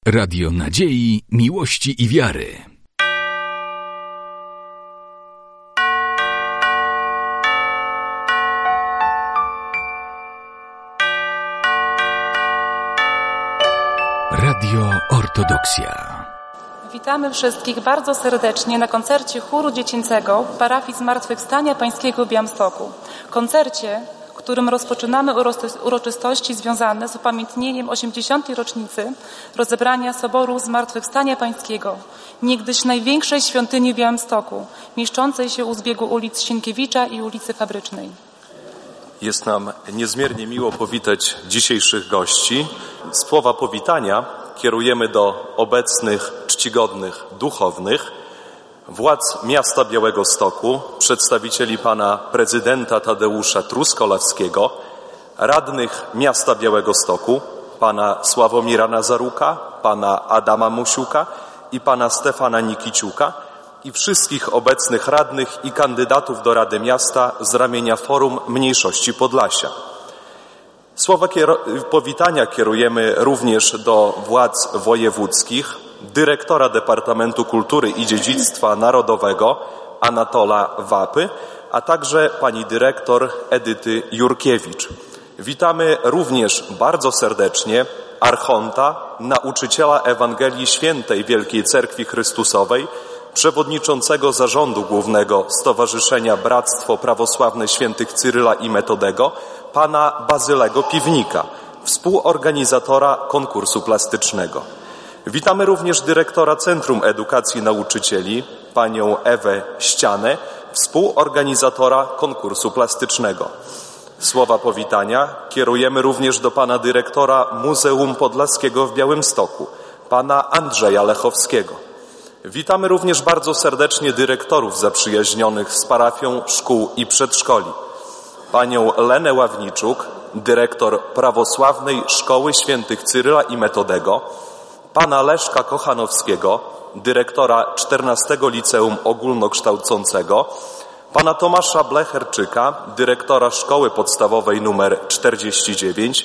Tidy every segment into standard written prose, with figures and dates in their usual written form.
Radio Nadziei, Miłości i Wiary. Radio Ortodoksja. Witamy wszystkich bardzo serdecznie na koncercie chóru dziecięcego parafii Zmartwychwstania Pańskiego w Białymstoku. Koncercie, którym rozpoczynamy uroczystości związane z upamiętnieniem 80. rocznicy rozebrania Soboru Zmartwychwstania Pańskiego, niegdyś największej świątyni w Białymstoku, mieszczącej się u zbiegu ulic Sienkiewicza i ulicy Fabrycznej. Jest nam niezmiernie miło powitać dzisiejszych gości. Słowa powitania kierujemy do obecnych, czcigodnych duchownych, władz miasta Białegostoku, przedstawicieli pana prezydenta Tadeusza Truskolawskiego, radnych miasta Białegostoku, pana Sławomira Nazaruka, pana Adama Musiuka i pana Stefana Nikiciuka i wszystkich obecnych radnych i kandydatów do Rady Miasta z ramienia Forum Mniejszości Podlasia. Słowa powitania kierujemy również do władz wojewódzkich, dyrektora Departamentu Kultury i Dziedzictwa Narodowego Anatola Wapy, a także pani dyrektor Edyty Jurkiewicz. Witamy również bardzo serdecznie archonta, nauczyciela Ewangelii Świętej Wielkiej Cerkwi Chrystusowej, przewodniczącego zarządu głównego Stowarzyszenia Bractwo Prawosławne Świętych Cyryla i Metodego, pana Bazylego Piwnika, współorganizatora konkursu plastycznego. Witamy również dyrektora Centrum Edukacji Nauczycieli, panią Ewę Ścianę, współorganizatora konkursu plastycznego. Słowa powitania kierujemy również do pana dyrektora Muzeum Podlaskiego w Białymstoku, pana Andrzeja Lechowskiego. Witamy również bardzo serdecznie dyrektorów zaprzyjaźnionych z parafią szkół i przedszkoli. Panią Lenę Ławniczuk, dyrektor Prawosławnej Szkoły Świętych Cyryla i Metodego, pana Leszka Kochanowskiego, dyrektora 14 Liceum Ogólnokształcącego, pana Tomasza Blecherczyka, dyrektora Szkoły Podstawowej nr 49,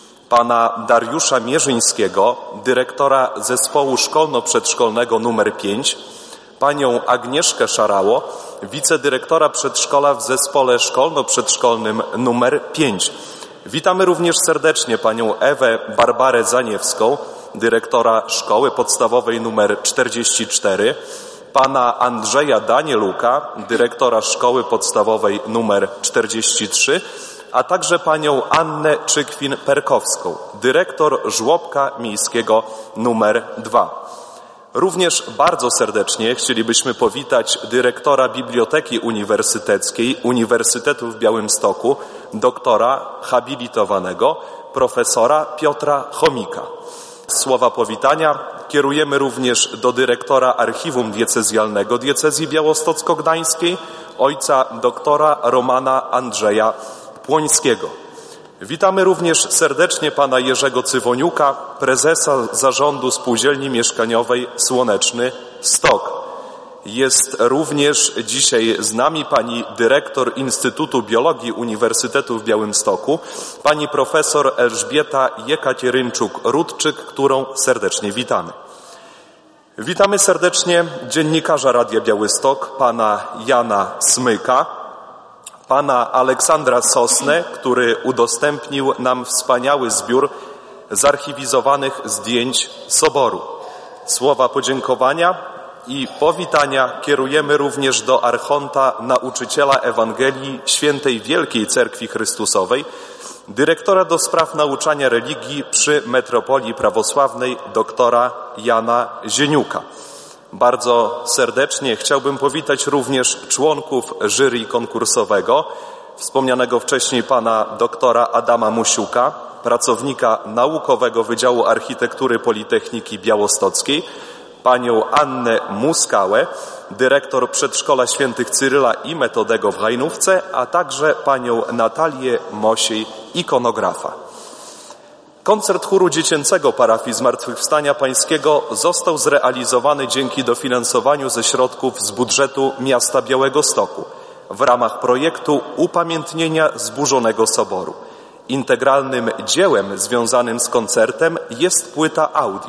pana Dariusza Mierzyńskiego, dyrektora Zespołu Szkolno-Przedszkolnego nr 5, panią Agnieszkę Szarało, wicedyrektora przedszkola w Zespole Szkolno-Przedszkolnym nr 5. Witamy również serdecznie panią Ewę Barbarę Zaniewską, dyrektora Szkoły Podstawowej nr 44, pana Andrzeja Danieluka, dyrektora Szkoły Podstawowej nr 43, a także panią Annę Czykwin-Perkowską, dyrektor Żłobka Miejskiego nr 2. Również bardzo serdecznie chcielibyśmy powitać dyrektora Biblioteki Uniwersyteckiej Uniwersytetu w Białymstoku, doktora habilitowanego, profesora Piotra Chomika. Słowa powitania kierujemy również do dyrektora Archiwum Diecezjalnego Diecezji Białostocko-Gdańskiej, ojca doktora Romana Andrzeja Płońskiego. Witamy również serdecznie pana Jerzego Cywoniuka, prezesa Zarządu Spółdzielni Mieszkaniowej Słoneczny Stok. Jest również dzisiaj z nami pani dyrektor Instytutu Biologii Uniwersytetu w Białymstoku, pani profesor Elżbieta Jekatierynczuk-Rudczyk, którą serdecznie witamy. Witamy serdecznie dziennikarza Radia Białystok, pana Jana Smyka, pana Aleksandra Sosnę, który udostępnił nam wspaniały zbiór zarchiwizowanych zdjęć Soboru. Słowa podziękowania i powitania kierujemy również do archonta, nauczyciela Ewangelii Świętej Wielkiej Cerkwi Chrystusowej, dyrektora do spraw nauczania religii przy Metropolii Prawosławnej doktora Jana Zieniuka. Bardzo serdecznie chciałbym powitać również członków jury konkursowego, wspomnianego wcześniej pana doktora Adama Musiuka, pracownika naukowego Wydziału Architektury Politechniki Białostockiej, panią Annę Muskałę, dyrektor Przedszkola Świętych Cyryla i Metodego w Hajnówce, a także panią Natalię Mosiej, ikonografa. Koncert chóru dziecięcego parafii Zmartwychwstania Pańskiego został zrealizowany dzięki dofinansowaniu ze środków z budżetu miasta Białegostoku w ramach projektu upamiętnienia zburzonego soboru. Integralnym dziełem związanym z koncertem jest płyta audio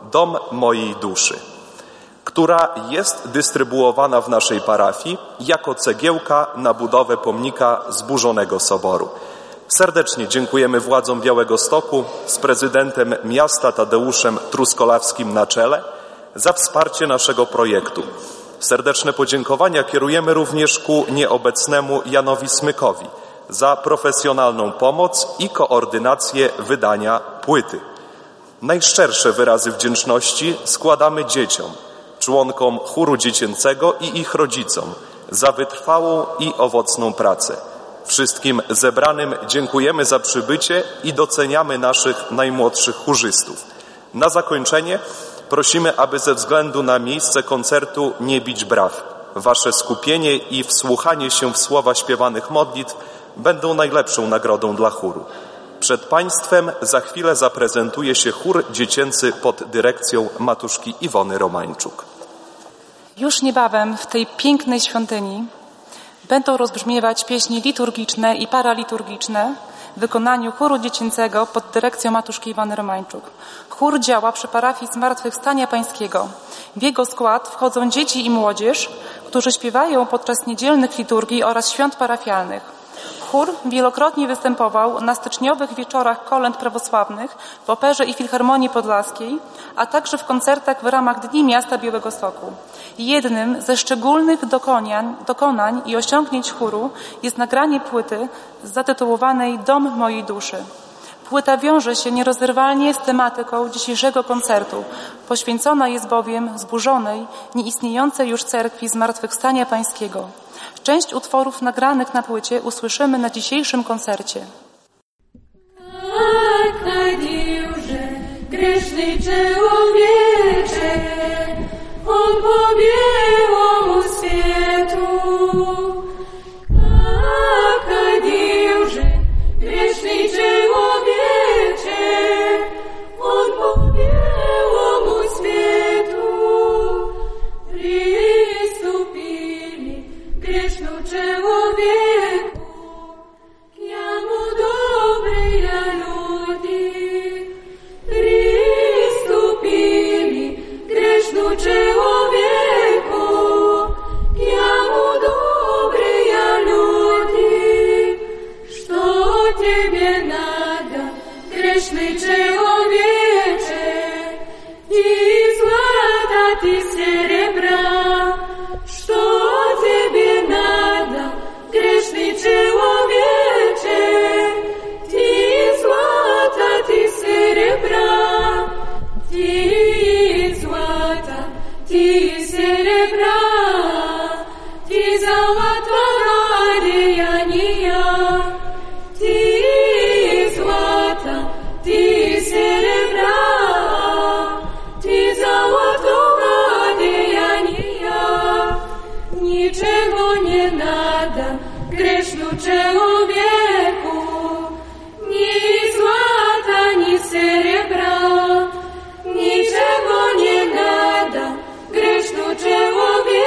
Dom mojej duszy, która jest dystrybuowana w naszej parafii jako cegiełka na budowę pomnika zburzonego soboru. Serdecznie dziękujemy władzom Białegostoku z prezydentem miasta Tadeuszem Truskolawskim na czele za wsparcie naszego projektu. Serdeczne podziękowania kierujemy również ku nieobecnemu Janowi Smykowi za profesjonalną pomoc i koordynację wydania płyty. Najszczersze wyrazy wdzięczności składamy dzieciom, członkom chóru dziecięcego i ich rodzicom za wytrwałą i owocną pracę. Wszystkim zebranym dziękujemy za przybycie i doceniamy naszych najmłodszych chórzystów. Na zakończenie prosimy, aby ze względu na miejsce koncertu nie bić braw. Wasze skupienie i wsłuchanie się w słowa śpiewanych modlitw będą najlepszą nagrodą dla chóru. Przed Państwem za chwilę zaprezentuje się chór dziecięcy pod dyrekcją matuszki Iwony Romańczuk. Już niebawem w tej pięknej świątyni będą rozbrzmiewać pieśni liturgiczne i paraliturgiczne w wykonaniu chóru dziecięcego pod dyrekcją matuszki Iwony Romańczuk. Chór działa przy parafii Zmartwychwstania Pańskiego. W jego skład wchodzą dzieci i młodzież, którzy śpiewają podczas niedzielnych liturgii oraz świąt parafialnych. Chór wielokrotnie występował na styczniowych wieczorach kolęd prawosławnych w Operze i Filharmonii Podlaskiej, a także w koncertach w ramach Dni Miasta Białegostoku. Jednym ze szczególnych dokonań i osiągnięć chóru jest nagranie płyty zatytułowanej Dom mojej duszy. Płyta wiąże się nierozerwalnie z tematyką dzisiejszego koncertu. Poświęcona jest bowiem zburzonej, nieistniejącej już cerkwi Zmartwychwstania Pańskiego. Część utworów nagranych na płycie usłyszymy na dzisiejszym koncercie. Tak nadiłże, grzeszny człowiecze, on po białому światu. Tak nadiłże, grzeszny człowiecze, on po białому światu. Pриступили грешну человеку, к яму добрые люди. Приступили грешну человеку, к яму добрые люди. Что тебе надо, грешный человече? Ты злата, ты серебра. Что тебе надо, грешный человече? Ты злата, ты серебра. Ты злата, ты серебра. Ты золотого одеяния. Ты злата, ты серебра. Ты золотого одеяния. Niczego nie nada grzesznemu człowieku, ni złota, ni srebra. Niczego nie nada grzesznemu człowieku.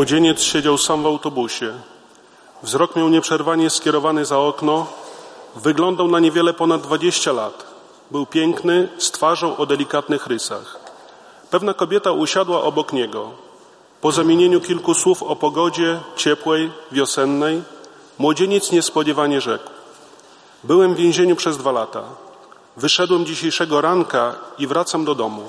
Młodzieniec siedział sam w autobusie. Wzrok miał nieprzerwanie skierowany za okno. Wyglądał na niewiele ponad 20 lat. Był piękny, z twarzą o delikatnych rysach. Pewna kobieta usiadła obok niego. Po zamienieniu kilku słów o pogodzie, ciepłej, wiosennej, młodzieniec niespodziewanie rzekł: byłem w więzieniu przez 2 lata. Wyszedłem dzisiejszego ranka i wracam do domu.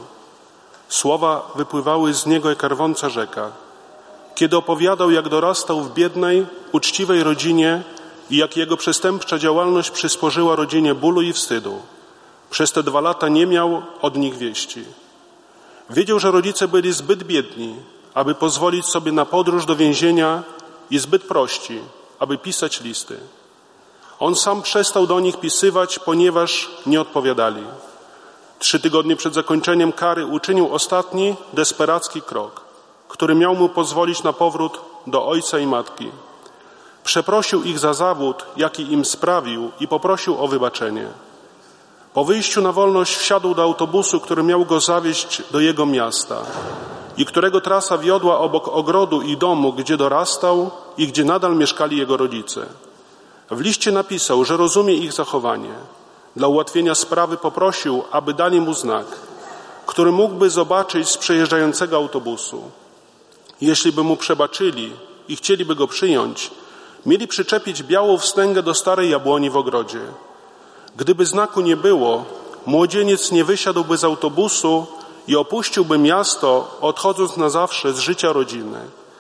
Słowa wypływały z niego jak rwąca rzeka. Kiedy opowiadał, jak dorastał w biednej, uczciwej rodzinie i jak jego przestępcza działalność przysporzyła rodzinie bólu i wstydu. Przez te 2 lata nie miał od nich wieści. Wiedział, że rodzice byli zbyt biedni, aby pozwolić sobie na podróż do więzienia i zbyt prości, aby pisać listy. On sam przestał do nich pisywać, ponieważ nie odpowiadali. 3 tygodnie przed zakończeniem kary uczynił ostatni, desperacki krok, który miał mu pozwolić na powrót do ojca i matki. Przeprosił ich za zawód, jaki im sprawił, i poprosił o wybaczenie. Po wyjściu na wolność wsiadł do autobusu, który miał go zawieźć do jego miasta i którego trasa wiodła obok ogrodu i domu, gdzie dorastał i gdzie nadal mieszkali jego rodzice. W liście napisał, że rozumie ich zachowanie. Dla ułatwienia sprawy poprosił, aby dali mu znak, który mógłby zobaczyć z przejeżdżającego autobusu. Jeśli by mu przebaczyli i chcieliby go przyjąć, mieli przyczepić białą wstęgę do starej jabłoni w ogrodzie. Gdyby znaku nie było, młodzieniec nie wysiadłby z autobusu i opuściłby miasto, odchodząc na zawsze z życia rodziny.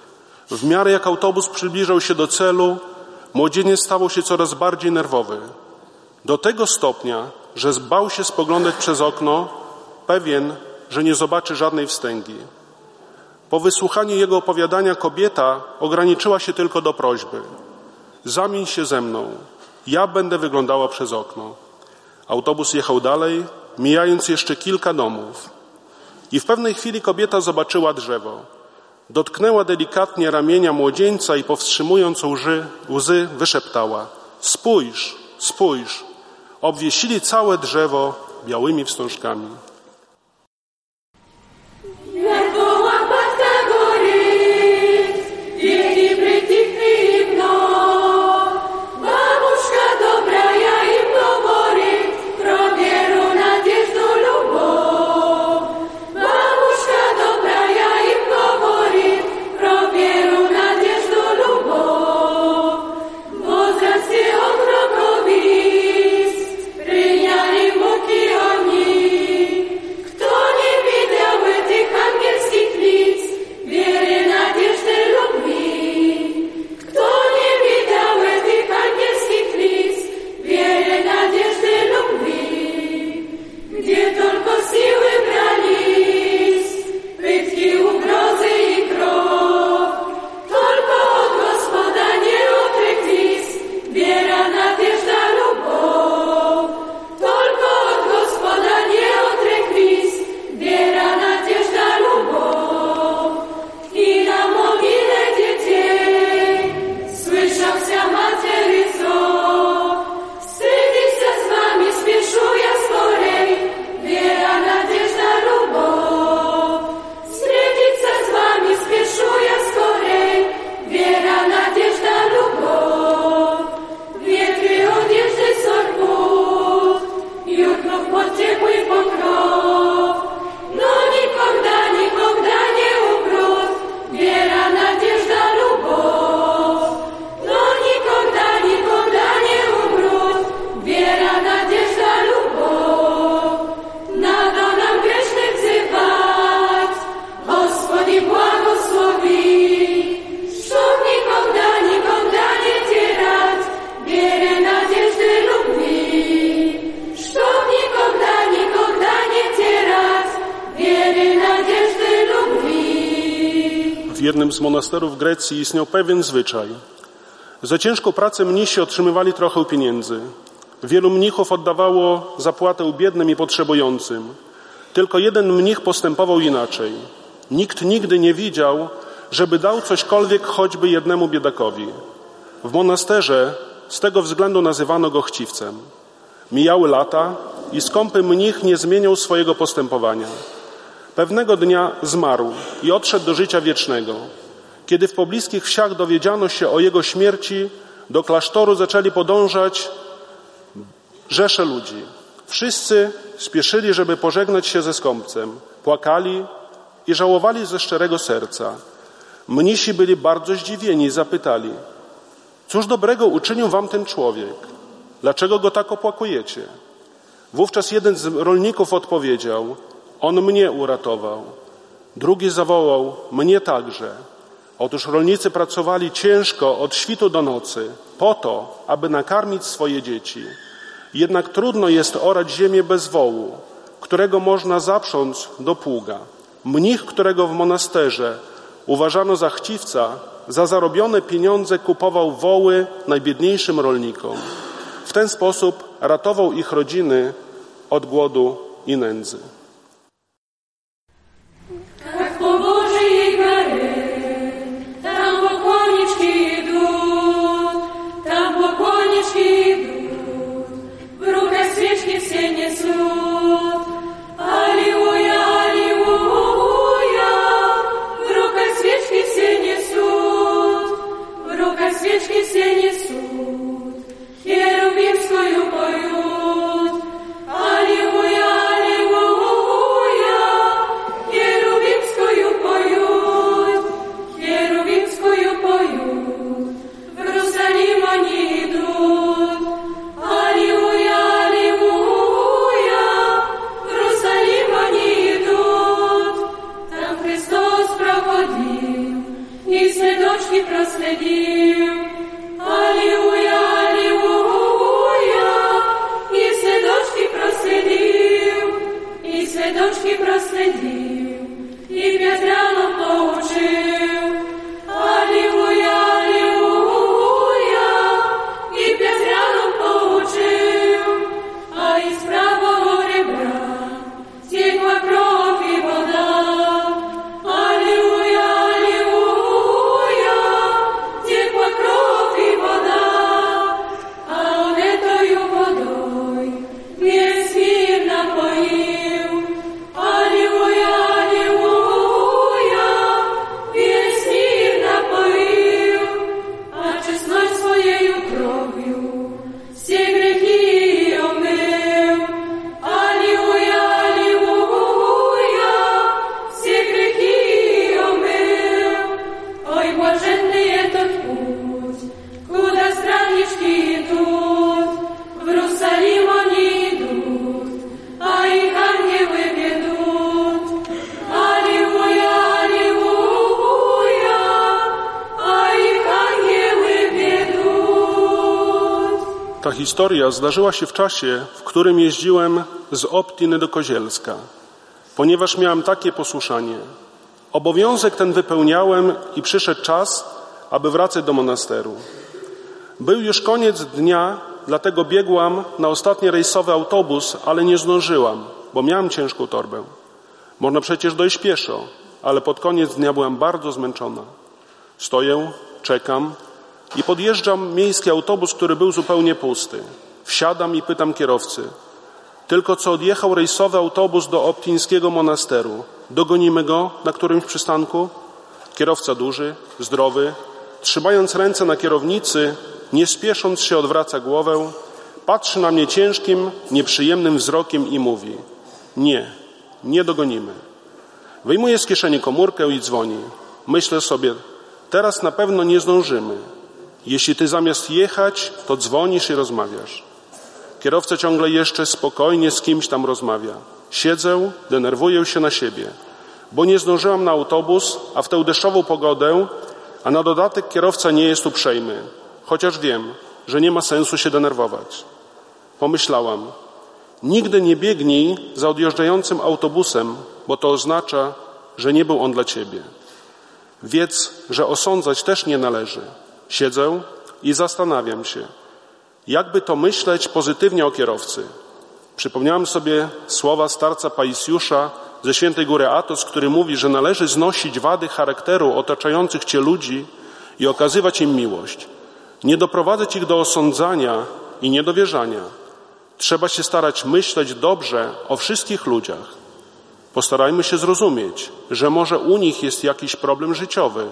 W miarę jak autobus przybliżał się do celu, młodzieniec stawał się coraz bardziej nerwowy. Do tego stopnia, że bał się spoglądać przez okno, pewien, że nie zobaczy żadnej wstęgi. Po wysłuchaniu jego opowiadania kobieta ograniczyła się tylko do prośby: zamień się ze mną, ja będę wyglądała przez okno. Autobus jechał dalej, mijając jeszcze kilka domów. I w pewnej chwili kobieta zobaczyła drzewo. Dotknęła delikatnie ramienia młodzieńca i powstrzymując łzy wyszeptała: spójrz, spójrz. Obwiesili całe drzewo białymi wstążkami. W jednym z monasterów w Grecji istniał pewien zwyczaj. Za ciężką pracę mnisi otrzymywali trochę pieniędzy. Wielu mnichów oddawało zapłatę biednym i potrzebującym. Tylko jeden mnich postępował inaczej. Nikt nigdy nie widział, żeby dał cośkolwiek choćby jednemu biedakowi. W monasterze z tego względu nazywano go chciwcem. Mijały lata i skąpy mnich nie zmieniał swojego postępowania. Pewnego dnia zmarł i odszedł do życia wiecznego. Kiedy w pobliskich wsiach dowiedziano się o jego śmierci, do klasztoru zaczęli podążać rzesze ludzi. Wszyscy spieszyli, żeby pożegnać się ze skąpcem. Płakali i żałowali ze szczerego serca. Mnisi byli bardzo zdziwieni i zapytali: cóż dobrego uczynił wam ten człowiek? Dlaczego go tak opłakujecie? Wówczas jeden z rolników odpowiedział: on mnie uratował. Drugi zawołał: mnie także. Otóż rolnicy pracowali ciężko od świtu do nocy po to, aby nakarmić swoje dzieci. Jednak trudno jest orać ziemię bez wołu, którego można zaprząc do pługa. Mnich, którego w monasterze uważano za chciwca, za zarobione pieniądze kupował woły najbiedniejszym rolnikom. W ten sposób ratował ich rodziny od głodu i nędzy. Tak po Bożej gary, tam pokłoniczki idą, tam pokłoniczki idą, w rukach świeczki wsie niesą. Аллилуйя, аллилуйя, в руках свечки все несут, в руках свечки все несут, херувимскую поют. Аллилуйя, аллилуйя, херувимскую поют, херувимскую поют, в Иерусалим они идут. Аллилуйя, аллилуйя, в Иерусалим они идут. Там Христос проводил и следочки проследил. Аллилуйя, аллилуйя, и следочки проследил, и следочки проследил, и Петра нам поучил. Аллилуйя, аллилуйя, и Петра нам поучил. А из правого ребра текла кровь и вода. Аллилуйя, аллилуйя, текла кровь и вода. А он этою водой весь мир напоил. Аллилуйя, аллилуйя, весь мир напоил. А честной своею кровью все грехи омыл. Аллилуйя, аллилуйя, все грехи омыл. Ой, блаженный этот путь, куда страннички идут, в Иерусалим они идут, а их ангелы ведут. Аллилуйя, аллилуйя, а их ангелы ведут. Ta historia zdarzyła się w czasie, w którym jeździłem z Optiny do Kozielska, ponieważ miałem takie posłuszanie. Obowiązek ten wypełniałem i przyszedł czas, aby wracać do monasteru. Był już koniec dnia, dlatego biegłam na ostatni rejsowy autobus, ale nie zdążyłam, bo miałam ciężką torbę. Można przecież dojść pieszo, ale pod koniec dnia byłam bardzo zmęczona. Stoję, czekam i podjeżdżam miejski autobus, który był zupełnie pusty. Wsiadam i pytam kierowcy: tylko co odjechał rejsowy autobus do Optińskiego monasteru. Dogonimy go na którymś przystanku? Kierowca duży, zdrowy, trzymając ręce na kierownicy, nie spiesząc się odwraca głowę, patrzy na mnie ciężkim, nieprzyjemnym wzrokiem i mówi: nie dogonimy. Wyjmuje z kieszeni komórkę i dzwoni. Myślę sobie: teraz na pewno nie zdążymy. Jeśli ty zamiast jechać, to dzwonisz i rozmawiasz. Kierowca ciągle jeszcze spokojnie z kimś tam rozmawia. Siedzę, denerwuję się na siebie, bo nie zdążyłam na autobus, a w tę deszczową pogodę, a na dodatek kierowca nie jest uprzejmy, chociaż wiem, że nie ma sensu się denerwować. Pomyślałam: nigdy nie biegnij za odjeżdżającym autobusem, bo to oznacza, że nie był on dla ciebie. Wiedz, że osądzać też nie należy. Siedzę i zastanawiam się, jakby to myśleć pozytywnie o kierowcy. Przypomniałam sobie słowa starca Paisiusza ze Świętej Góry Athos, który mówi, że należy znosić wady charakteru otaczających cię ludzi i okazywać im miłość. Nie doprowadzać ich do osądzania i niedowierzania. Trzeba się starać myśleć dobrze o wszystkich ludziach. Postarajmy się zrozumieć, że może u nich jest jakiś problem życiowy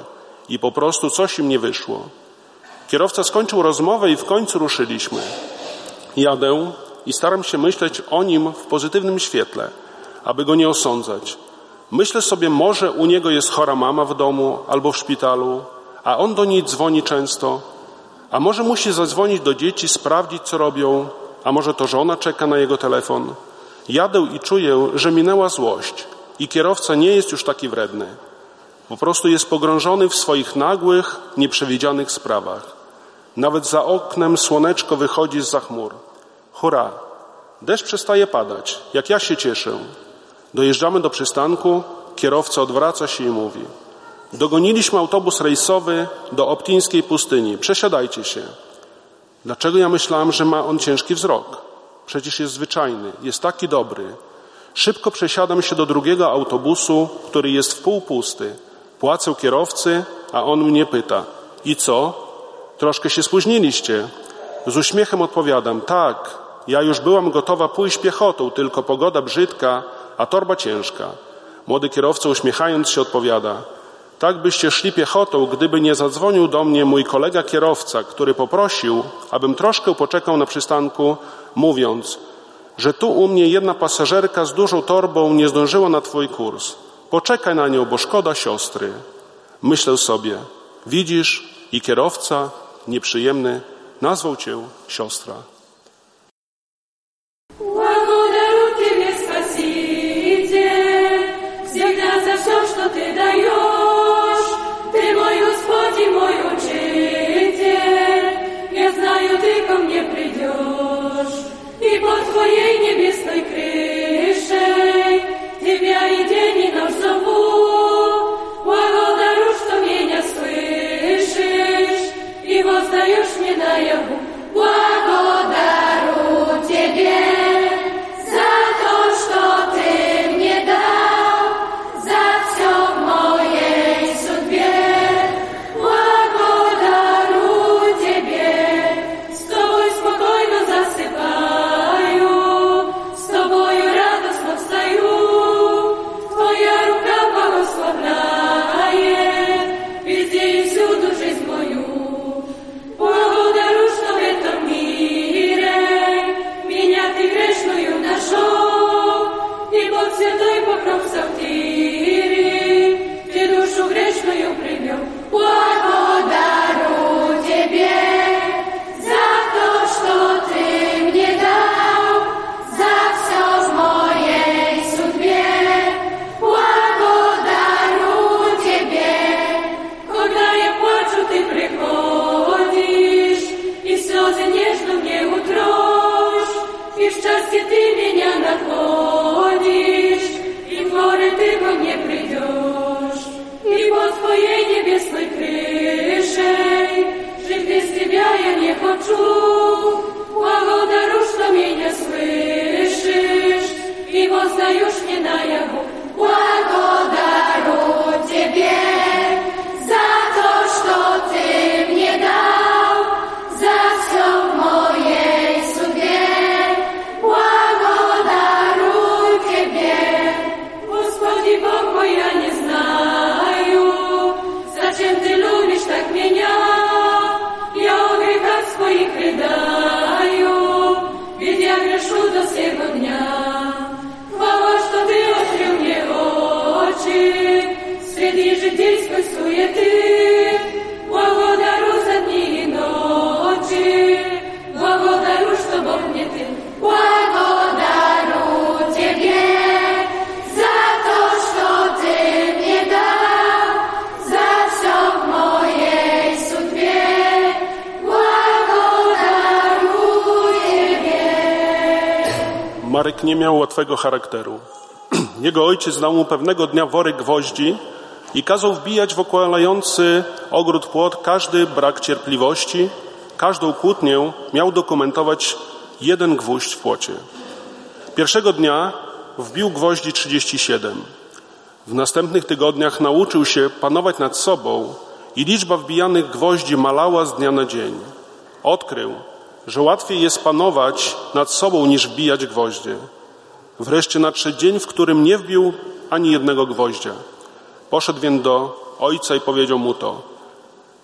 i po prostu coś im nie wyszło. Kierowca skończył rozmowę i w końcu ruszyliśmy. Jadę i staram się myśleć o nim w pozytywnym świetle, aby go nie osądzać. Myślę sobie, może u niego jest chora mama w domu albo w szpitalu, a on do niej dzwoni często, a może musi zadzwonić do dzieci, sprawdzić, co robią, a może to żona czeka na jego telefon. Jadę i czuję, że minęła złość i kierowca nie jest już taki wredny. Po prostu jest pogrążony w swoich nagłych, nieprzewidzianych sprawach. Nawet za oknem słoneczko wychodzi zza chmur. Hurra! Deszcz przestaje padać, jak ja się cieszę. Dojeżdżamy do przystanku, kierowca odwraca się i mówi: dogoniliśmy autobus rejsowy do Optińskiej pustyni, przesiadajcie się. Dlaczego ja myślałem, że ma on ciężki wzrok? Przecież jest zwyczajny, jest taki dobry. Szybko przesiadam się do drugiego autobusu, który jest wpół pusty. Płacę kierowcy, a on mnie pyta: i co? Troszkę się spóźniliście. Z uśmiechem odpowiadam: tak, ja już byłam gotowa pójść piechotą, tylko pogoda brzydka, a torba ciężka. Młody kierowca uśmiechając się odpowiada: tak byście szli piechotą, gdyby nie zadzwonił do mnie mój kolega kierowca, który poprosił, abym troszkę poczekał na przystanku, mówiąc, że tu u mnie jedna pasażerka z dużą torbą nie zdążyła na twój kurs. Poczekaj na nią, bo szkoda siostry. Myślę sobie: widzisz, i kierowca nieprzyjemny nazwał cię siostra. Благодарю Тебя, Спаситель, всегда за все, что Ты даешь. Ты мой Господь и мой Учитель. Я знаю, Ты ко мне придешь. И под Твоей небесной крышей Тебя и день и ночь зову. Благодарю, что меня слышишь и воздаешь мне наяву. Благодарю Тебе за то, что Ты мне дал, за все в моей судьбе. Благодарю Тебе, с Тобой спокойно засыпаю, с Тобою радостно встаю. Твоя рука благословляет везде и всюду жизнь мою. Благодарю, что в этом мире меня Ты грешную нашел, и под святой покров сортири Ты душу грешную привел. Благодарю Тебе за то, что Ты мне дал, за все в моей судьбе. Благодарю Тебе, когда я плачу, Ты приходишь, и слезы нежно мне утрешь, и в счастье Ты меня находишь, и в горе Ты ко мне придешь, и под Твоей небесной крышей жить без Тебя я не хочу. Благодарю, что меня слышишь и воздаешь мне наяву. Благодарю Тебе за то, что Ты мне дал, за все в моей судьбе. Благодарю Тебе, Господи Бог мой, я не знаю, зачем Ты любишь так меня. Я о грехах своих рыдаю, ведь я грешу до сего дня. Хвала, что Ты открыл мне очи среди житейской суеты. Благодарю за дни и ночи, благодарю, что Бог мне Ты. Благодарю Тебе за то, что Ты мне дал, за все в моей судьбе. Благодарю Тебе. Marek nie miał łatwego charakteru. Jego ojciec dał mu pewnego dnia worek gwoździ i kazał wbijać w okalający ogród płot każdy brak cierpliwości, każdą kłótnię miał dokumentować jeden gwóźdź w płocie. Pierwszego dnia wbił gwoździ 37. W następnych tygodniach nauczył się panować nad sobą i liczba wbijanych gwoździ malała z dnia na dzień. Odkrył, że łatwiej jest panować nad sobą niż wbijać gwoździe. Wreszcie nadszedł dzień, w którym nie wbił ani jednego gwoździa. Poszedł więc do ojca i powiedział mu to.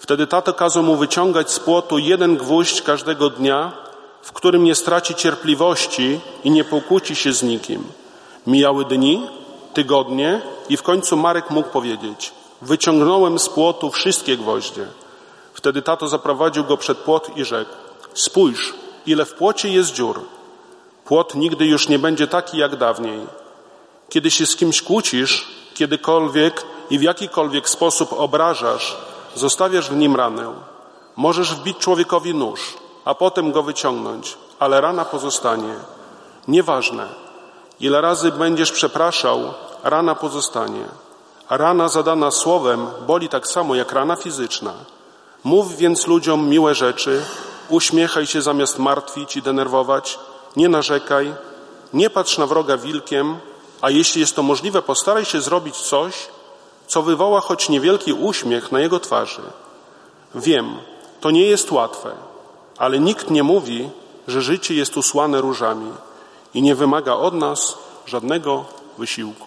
Wtedy tato kazał mu wyciągać z płotu 1 gwóźdź każdego dnia, w którym nie straci cierpliwości i nie pokłóci się z nikim. Mijały dni, tygodnie i w końcu Marek mógł powiedzieć: wyciągnąłem z płotu wszystkie gwoździe. Wtedy tato zaprowadził go przed płot i rzekł: spójrz, ile w płocie jest dziur. Płot nigdy już nie będzie taki jak dawniej. Kiedy się z kimś kłócisz, kiedykolwiek i w jakikolwiek sposób obrażasz, zostawiasz w nim ranę. Możesz wbić człowiekowi nóż, a potem go wyciągnąć, ale rana pozostanie. Nieważne, ile razy będziesz przepraszał, rana pozostanie. A rana zadana słowem boli tak samo jak rana fizyczna. Mów więc ludziom miłe rzeczy, uśmiechaj się zamiast martwić i denerwować, nie narzekaj, nie patrz na wroga wilkiem, a jeśli jest to możliwe, postaraj się zrobić coś, co wywoła choć niewielki uśmiech na jego twarzy. Wiem, to nie jest łatwe, ale nikt nie mówi, że życie jest usłane różami i nie wymaga od nas żadnego wysiłku.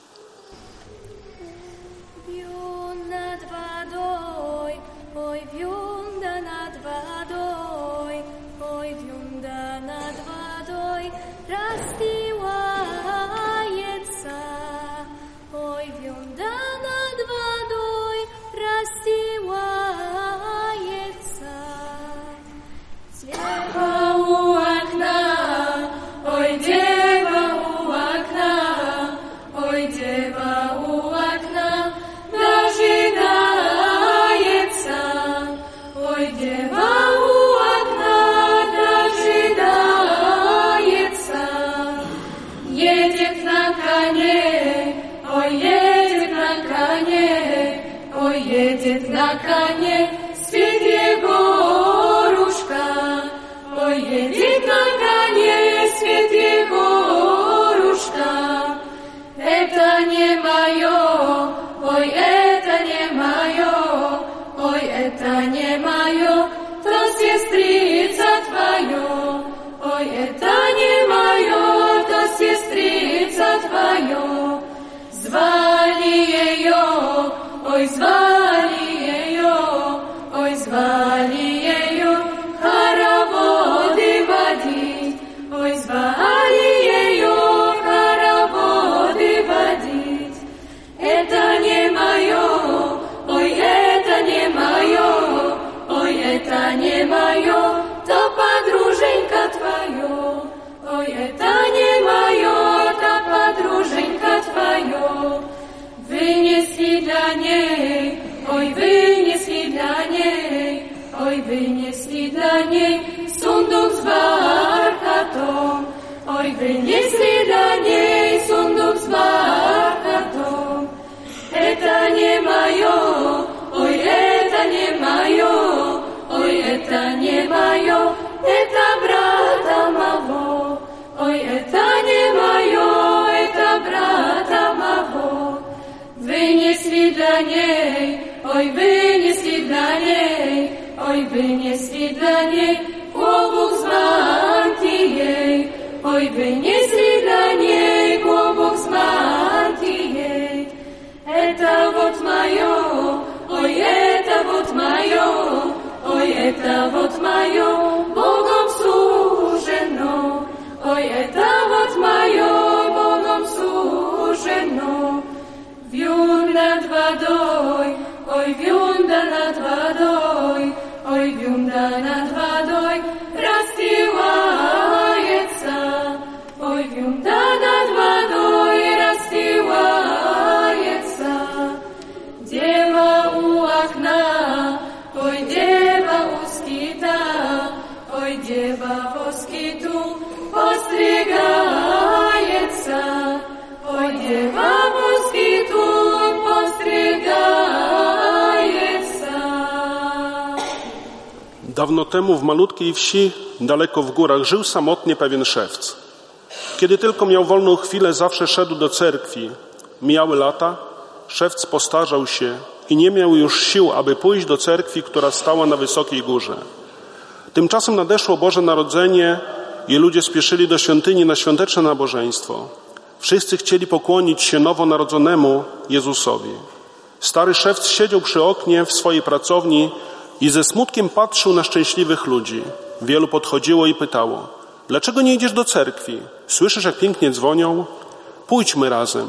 Na kanie świat jego różka, oj jedzie na kanie świat jego różka. Eta nie mają, oj eta nie mają, oj eta nie mają, to siestrica twoją. Oj eta nie mają, to siestrica twoją. Zwali jej, oj zwali jej, oj zwali jej, хороводы водить, ой звали ее хороводы водить. Это не мое, ой это не мое, ой это не мое, то подруженька твое. Ой это не мое, то подруженька твое. Вынесли для ней, ой, вынесли для ней, ой, вынесли для ней сундук с бархатом, ой, вынесли для ней сундук с бархатом. Это не мое, ой, это не мое, ой, это не мое, это брата моего, ой, это не мое, это брата моего. Вынесли для ней, ой, вынесли для ней, ой, вынесли для ней клобук с мантией, ой, вынесли для ней клобук с мантией. Это вот мое, ой, это вот мое, ой, это вот мое, Богом сужено, ой, это вот мое, Богом сужено. Вьюн над водой, ой, вьюнда над водой, ой, вьюнда над водой расстилается, ой, вьюнда над водой расстилается. Дева у окна, ой, дева у скита, ой, дева во скиту постригается, ой, дева во скиту постригается. Dawno temu w malutkiej wsi, daleko w górach, żył samotnie pewien szewc. Kiedy tylko miał wolną chwilę, zawsze szedł do cerkwi. Mijały lata, szewc postarzał się i nie miał już sił, aby pójść do cerkwi, która stała na wysokiej górze. Tymczasem nadeszło Boże Narodzenie i ludzie spieszyli do świątyni na świąteczne nabożeństwo. Wszyscy chcieli pokłonić się nowonarodzonemu Jezusowi. Stary szewc siedział przy oknie w swojej pracowni i ze smutkiem patrzył na szczęśliwych ludzi. Wielu podchodziło i pytało: dlaczego nie idziesz do cerkwi? Słyszysz, jak pięknie dzwonią? Pójdźmy razem.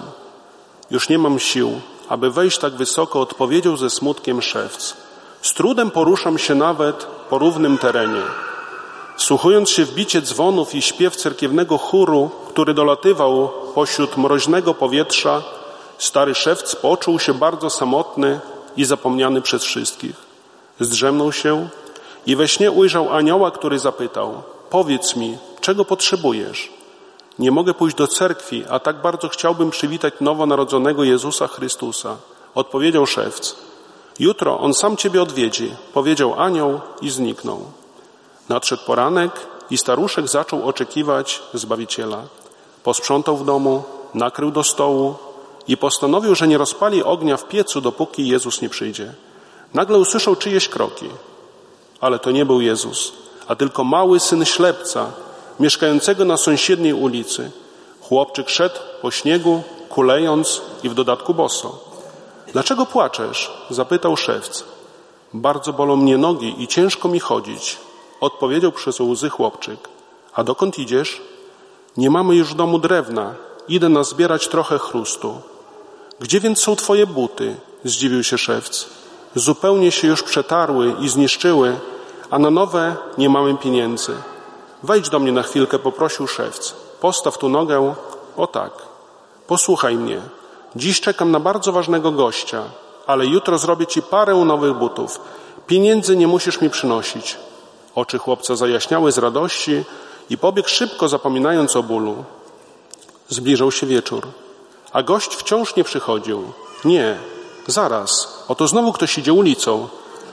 Już nie mam sił, aby wejść tak wysoko, odpowiedział ze smutkiem szewc. Z trudem poruszam się nawet po równym terenie. Wsłuchując się w bicie dzwonów i śpiew cerkiewnego chóru, który dolatywał pośród mroźnego powietrza, stary szewc poczuł się bardzo samotny i zapomniany przez wszystkich. Zdrzemnął się i we śnie ujrzał anioła, który zapytał: powiedz mi, czego potrzebujesz? Nie mogę pójść do cerkwi, a tak bardzo chciałbym przywitać nowonarodzonego Jezusa Chrystusa. Odpowiedział szewc. Jutro on sam ciebie odwiedzi, powiedział anioł i zniknął. Nadszedł poranek i staruszek zaczął oczekiwać Zbawiciela. Posprzątał w domu, nakrył do stołu i postanowił, że nie rozpali ognia w piecu, dopóki Jezus nie przyjdzie. Nagle usłyszał czyjeś kroki, ale to nie był Jezus, a tylko mały syn ślepca, mieszkającego na sąsiedniej ulicy. Chłopczyk szedł po śniegu, kulejąc i w dodatku boso. Dlaczego płaczesz? Zapytał szewc. Bardzo bolą mnie nogi i ciężko mi chodzić, odpowiedział przez łzy chłopczyk. A dokąd idziesz? Nie mamy już w domu drewna, idę nazbierać trochę chrustu. Gdzie więc są twoje buty? Zdziwił się szewc. Zupełnie się już przetarły i zniszczyły, a na nowe nie mamy pieniędzy. Wejdź do mnie na chwilkę, poprosił szewc. Postaw tu nogę. O tak. Posłuchaj mnie. Dziś czekam na bardzo ważnego gościa, ale jutro zrobię ci parę nowych butów. Pieniędzy nie musisz mi przynosić. Oczy chłopca zajaśniały z radości i pobiegł szybko, zapominając o bólu. Zbliżał się wieczór, a gość wciąż nie przychodził. Nie, zaraz, oto znowu ktoś idzie ulicą.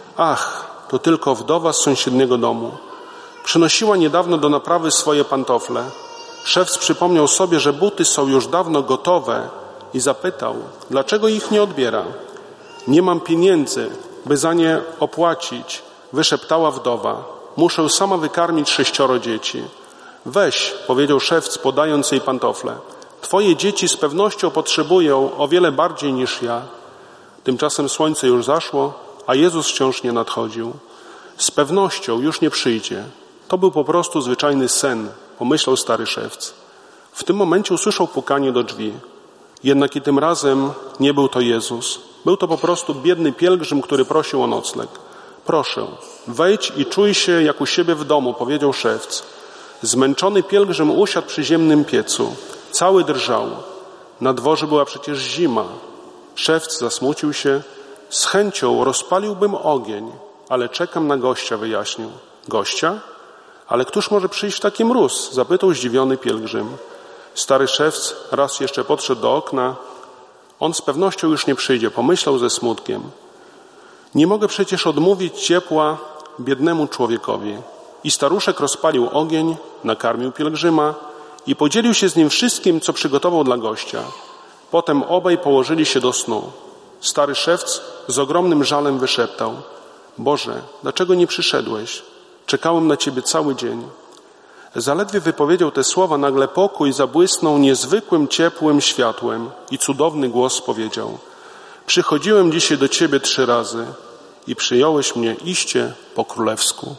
Ach, to tylko wdowa z sąsiedniego domu. Przynosiła niedawno do naprawy swoje pantofle. Szewc przypomniał sobie, że buty są już dawno gotowe i zapytał, dlaczego ich nie odbiera. Nie mam pieniędzy, by za nie opłacić, wyszeptała wdowa. Muszę sama wykarmić 6 dzieci. Weź, powiedział szewc, podając jej pantofle. Twoje dzieci z pewnością potrzebują o wiele bardziej niż ja. Tymczasem słońce już zaszło, a Jezus wciąż nie nadchodził. Z pewnością już nie przyjdzie. To był po prostu zwyczajny sen, pomyślał stary szewc. W tym momencie usłyszał pukanie do drzwi. Jednak i tym razem nie był to Jezus. Był to po prostu biedny pielgrzym, który prosił o nocleg. Proszę, wejdź i czuj się jak u siebie w domu, powiedział szewc. Zmęczony pielgrzym usiadł przy ziemnym piecu. Cały drżał. Na dworze była przecież zima. Szewc zasmucił się. Z chęcią rozpaliłbym ogień, ale czekam na gościa, wyjaśnił. Gościa? Ale któż może przyjść w taki mróz? Zapytał zdziwiony pielgrzym. Stary szewc raz jeszcze podszedł do okna. On z pewnością już nie przyjdzie, pomyślał ze smutkiem. Nie mogę przecież odmówić ciepła biednemu człowiekowi. I staruszek rozpalił ogień, nakarmił pielgrzyma i podzielił się z nim wszystkim, co przygotował dla gościa. Potem obaj położyli się do snu. Stary szewc z ogromnym żalem wyszeptał. Boże, dlaczego nie przyszedłeś? Czekałem na Ciebie cały dzień. Zaledwie wypowiedział te słowa, nagle pokój zabłysnął niezwykłym, ciepłym światłem i cudowny głos powiedział. Przychodziłem dzisiaj do Ciebie 3 razy i przyjąłeś mnie iście po królewsku.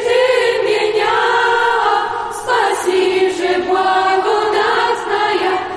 Благодатная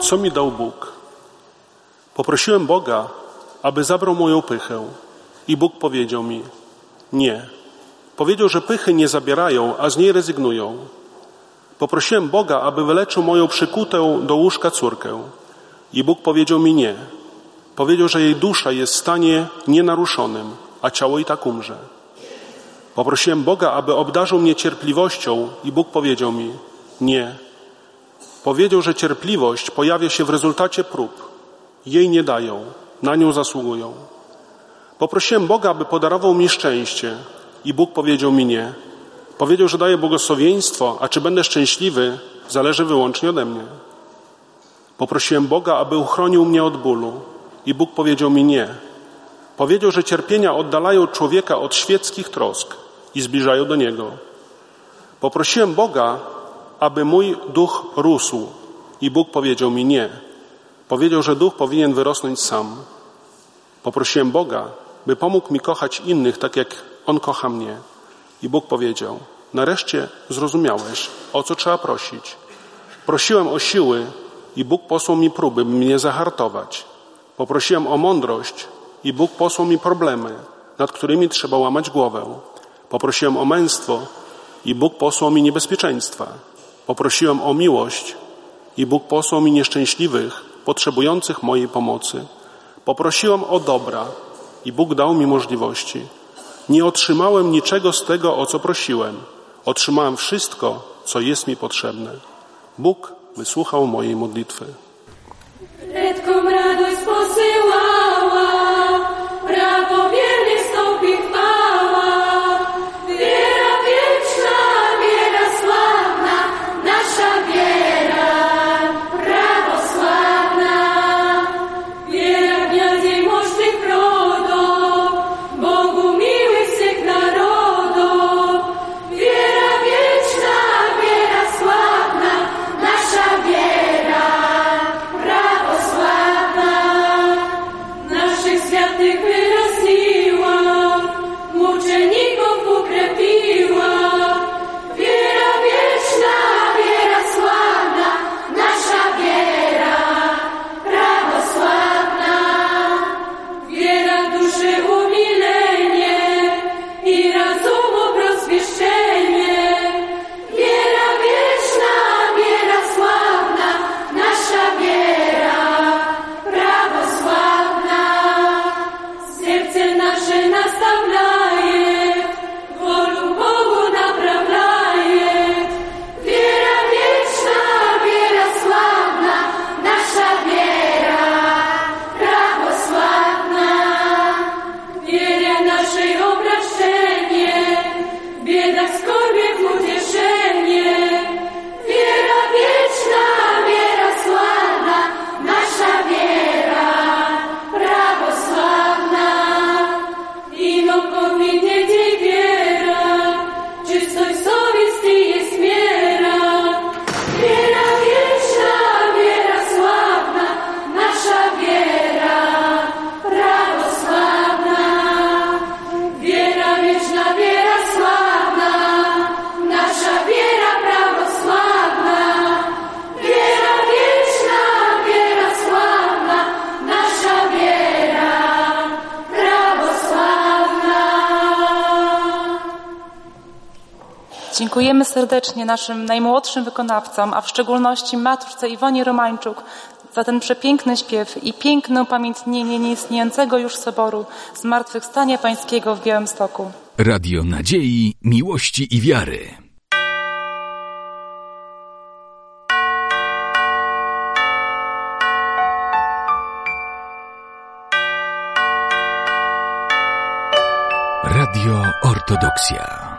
co mi dał Bóg? Poprosiłem Boga, aby zabrał moją pychę i Bóg powiedział mi: nie. Powiedział, że pychy nie zabierają, a z niej rezygnują. Poprosiłem Boga, aby wyleczył moją przykutę do łóżka córkę i Bóg powiedział mi: nie. Powiedział, że jej dusza jest w stanie nienaruszonym, a ciało i tak umrze. Poprosiłem Boga, aby obdarzył mnie cierpliwością i Bóg powiedział mi: nie. Powiedział, że cierpliwość pojawia się w rezultacie prób. Jej nie dają, na nią zasługują. Poprosiłem Boga, aby podarował mi szczęście i Bóg powiedział mi: nie. Powiedział, że daje błogosławieństwo, a czy będę szczęśliwy, zależy wyłącznie ode mnie. Poprosiłem Boga, aby uchronił mnie od bólu i Bóg powiedział mi: nie. Powiedział, że cierpienia oddalają człowieka od świeckich trosk i zbliżają do Niego. Poprosiłem Boga, aby mój duch rósł i Bóg powiedział mi: nie. Powiedział, że duch powinien wyrosnąć sam. Poprosiłem Boga, by pomógł mi kochać innych tak, jak On kocha mnie. I Bóg powiedział: nareszcie zrozumiałeś, o co trzeba prosić. Prosiłem o siły i Bóg posłał mi próby, by mnie zahartować. Poprosiłem o mądrość i Bóg posłał mi problemy, nad którymi trzeba łamać głowę. Poprosiłem o męstwo i Bóg posłał mi niebezpieczeństwa. Poprosiłem o miłość i Bóg posłał mi nieszczęśliwych, potrzebujących mojej pomocy. Poprosiłem o dobra i Bóg dał mi możliwości. Nie otrzymałem niczego z tego, o co prosiłem. Otrzymałem wszystko, co jest mi potrzebne. Bóg wysłuchał mojej modlitwy. Redką radość posyłała, prawo wiernych stąpi chwała. Wiera wieczna, wiera sławna, nasza wiera prawosławna. Wiera gniazd mocznych rodów, Bogu miłych swych narodów. Wiera wieczna, wiera sławna, nasza wiera prawosławna. Naszych świętych wyrosliła, muczeników ukrepiła. Wiera wieczna, wiera sławna, nasza wiera prawosławna. Wiera duszy umilenie i rozumu rozwieszczenie. Wiera wieczna, wiera sławna, nasza wiera prawosławna. Serce nasze nastawiaje, wolę Bogu naprawiaje. Wiera wieczna, wiera sławna, nasza wiera prawosławna. Wiera naszej obraszczenie, w biedach skarbie utierzenie. Wiera wieczna, wiera sławna, nasza wiera prawosławna. Ino powinnie Cię wiera, czystość совести jest miera. Wiera wieczna, wiera sławna, nasza wiera prawosławna. Wiera wieczna, wiera sławna, nasza wiera prawosławna. Wiera wieczna, wiera sławna, nasza wiera prawosławna. Dziękujemy serdecznie naszym najmłodszym wykonawcom, a w szczególności matce Iwonie Romańczuk za ten przepiękny śpiew i piękne upamiętnienie nieistniejącego już soboru Zmartwychwstania Pańskiego w Białymstoku. Radio nadziei, miłości i wiary. Radio Ortodoksja.